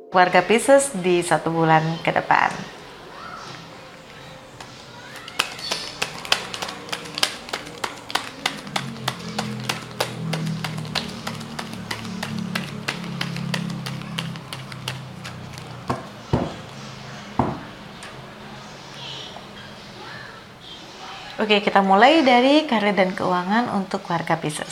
warga Pisces di 1 bulan ke depan. Oke, kita mulai dari karir dan keuangan untuk warga Pisces.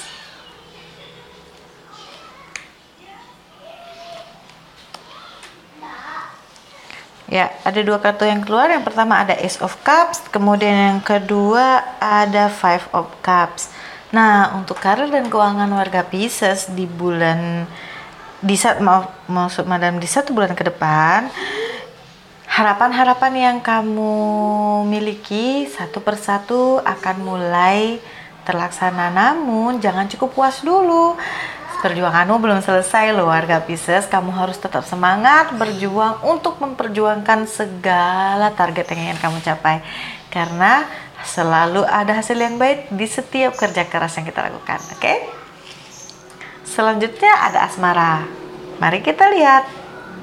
Ya, ada 2 kartu yang keluar. Yang pertama ada Ace of Cups, kemudian yang kedua ada Five of Cups. Nah, untuk karir dan keuangan warga Pisces di bulan maksud Madam di 1 bulan ke depan, harapan-harapan yang kamu miliki satu persatu akan mulai terlaksana. Namun jangan cukup puas dulu. Perjuanganmu belum selesai loh warga Pisces. Kamu harus tetap semangat berjuang untuk memperjuangkan segala target yang ingin kamu capai. Karena selalu ada hasil yang baik di setiap kerja keras yang kita lakukan. Oke? Selanjutnya ada asmara. Mari kita lihat.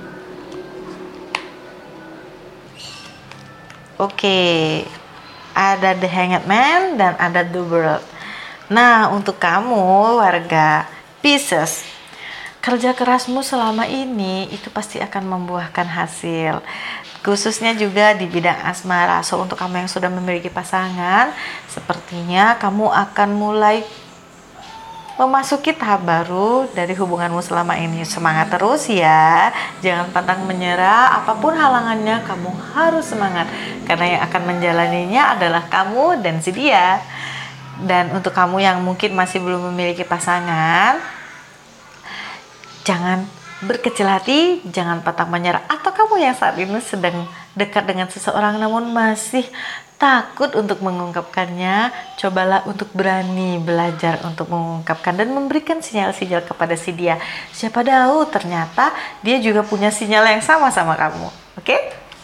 Oke, ada The Hanged Man dan ada The World. Nah, untuk kamu warga Pisces, kerja kerasmu selama ini itu pasti akan membuahkan hasil, khususnya juga di bidang asmara. So, untuk kamu yang sudah memiliki pasangan, sepertinya kamu akan mulai memasuki tahap baru dari hubunganmu selama ini. Semangat terus ya, jangan pantang menyerah. Apapun halangannya, kamu harus semangat, karena yang akan menjalaninya adalah kamu dan si dia. Dan untuk kamu yang mungkin masih belum memiliki pasangan, jangan berkecil hati, jangan pantang menyerah. Atau kamu yang saat ini sedang dekat dengan seseorang namun masih takut untuk mengungkapkannya, cobalah untuk berani belajar untuk mengungkapkan dan memberikan sinyal-sinyal kepada si dia. Siapa tahu ternyata dia juga punya sinyal yang sama kamu. Oke?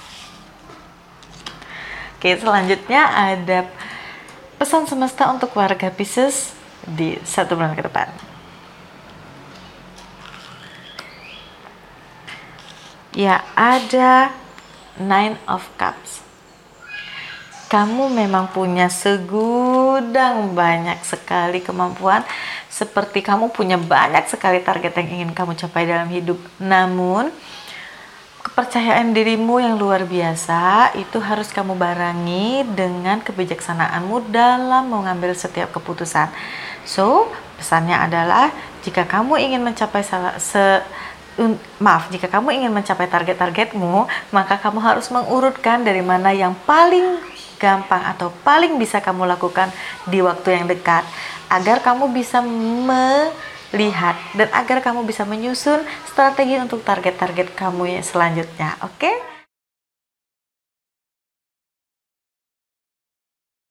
Oke, selanjutnya ada pesan semesta untuk warga Pisces di 1 bulan ke depan. Ya, ada Nine of Cups. Kamu memang punya segudang banyak sekali kemampuan, seperti kamu punya banyak sekali target yang ingin kamu capai dalam hidup. Namun, kepercayaan dirimu yang luar biasa itu harus kamu barengi dengan kebijaksanaanmu dalam mengambil setiap keputusan. So, pesannya adalah jika kamu ingin mencapai jika kamu ingin mencapai target-targetmu, maka kamu harus mengurutkan dari mana yang paling gampang atau paling bisa kamu lakukan di waktu yang dekat, agar kamu bisa melihat dan agar kamu bisa menyusun strategi untuk target-target kamu yang selanjutnya. Oke?